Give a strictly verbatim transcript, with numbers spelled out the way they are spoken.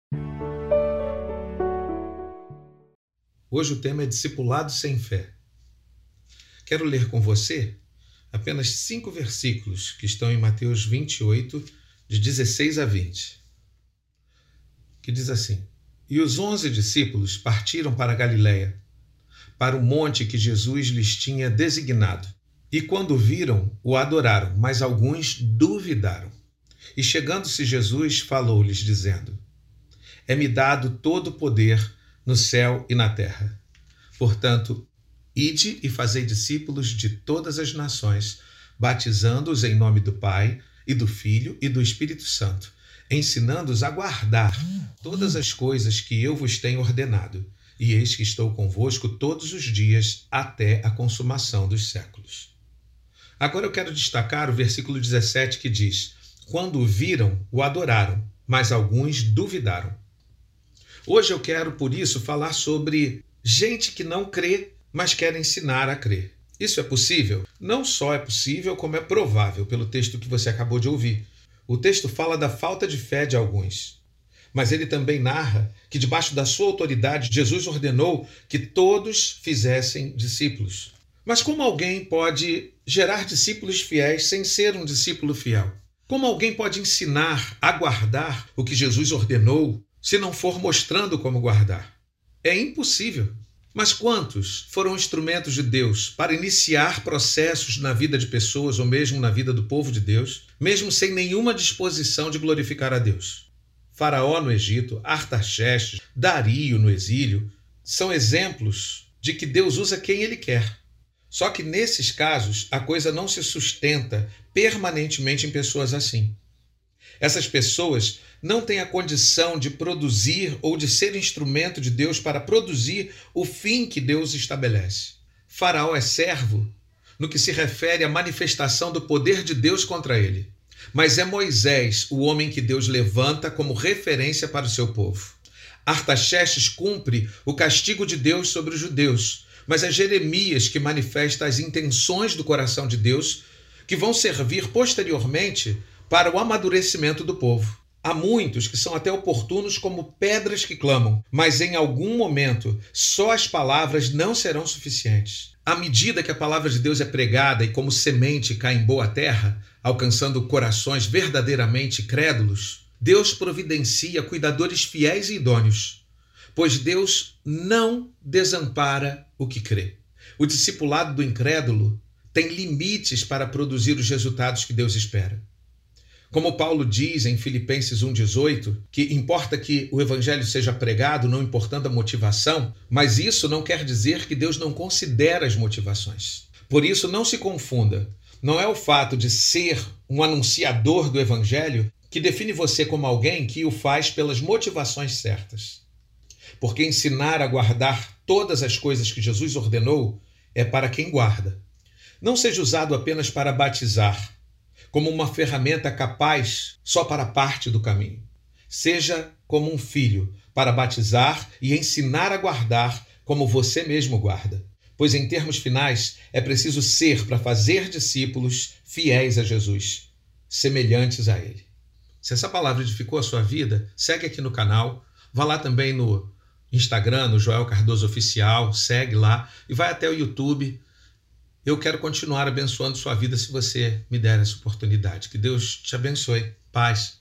Hoje o tema é discipulado sem fé. Quero ler com você apenas cinco versículos que estão em Mateus vinte e oito, de dezesseis a vinte, que diz assim: E os onze discípulos partiram para a Galiléia, para o monte que Jesus lhes tinha designado. E quando o viram, o adoraram, mas alguns duvidaram. E chegando-se Jesus, falou-lhes, dizendo: É-me dado todo o poder no céu e na terra. Portanto, ide e fazei discípulos de todas as nações, batizando-os em nome do Pai, e do Filho, e do Espírito Santo, ensinando-os a guardar todas as coisas que eu vos tenho ordenado. E eis que estou convosco todos os dias, até a consumação dos séculos. Agora eu quero destacar o versículo dezessete, que diz: Quando o viram, o adoraram, mas alguns duvidaram. Hoje eu quero, por isso, falar sobre gente que não crê, mas quer ensinar a crer. Isso é possível? Não só é possível, como é provável, pelo texto que você acabou de ouvir. O texto fala da falta de fé de alguns, mas ele também narra que, debaixo da sua autoridade, Jesus ordenou que todos fizessem discípulos. Mas como alguém pode gerar discípulos fiéis sem ser um discípulo fiel? Como alguém pode ensinar a guardar o que Jesus ordenou, se não for mostrando como guardar? É impossível. Mas quantos foram instrumentos de Deus para iniciar processos na vida de pessoas ou mesmo na vida do povo de Deus, mesmo sem nenhuma disposição de glorificar a Deus? Faraó no Egito, Artaxerxes, Dario no exílio, são exemplos de que Deus usa quem Ele quer. Só que nesses casos, a coisa não se sustenta permanentemente em pessoas assim. Essas pessoas não têm a condição de produzir ou de ser instrumento de Deus para produzir o fim que Deus estabelece. Faraó é servo no que se refere à manifestação do poder de Deus contra ele. Mas é Moisés o homem que Deus levanta como referência para o seu povo. Artaxerxes cumpre o castigo de Deus sobre os judeus, mas é Jeremias que manifesta as intenções do coração de Deus, que vão servir posteriormente para o amadurecimento do povo. Há muitos que são até oportunos como pedras que clamam, mas em algum momento só as palavras não serão suficientes. À medida que a palavra de Deus é pregada e como semente cai em boa terra, alcançando corações verdadeiramente crédulos, Deus providencia cuidadores fiéis e idôneos, pois Deus não desampara o que crê. O discipulado do incrédulo tem limites para produzir os resultados que Deus espera. Como Paulo diz em Filipenses um, dezoito, que importa que o evangelho seja pregado, não importando a motivação, mas isso não quer dizer que Deus não considera as motivações. Por isso, não se confunda. Não é o fato de ser um anunciador do evangelho que define você como alguém que o faz pelas motivações certas. Porque ensinar a guardar todas as coisas que Jesus ordenou é para quem guarda. Não seja usado apenas para batizar, como uma ferramenta capaz só para parte do caminho. Seja como um filho, para batizar e ensinar a guardar como você mesmo guarda. Pois em termos finais, é preciso ser para fazer discípulos fiéis a Jesus, semelhantes a Ele. Se essa palavra edificou a sua vida, segue aqui no canal, vá lá também no Instagram, no Joel Cardoso Oficial, segue lá e vai até o YouTube. Eu quero continuar abençoando sua vida se você me der essa oportunidade. Que Deus te abençoe. Paz.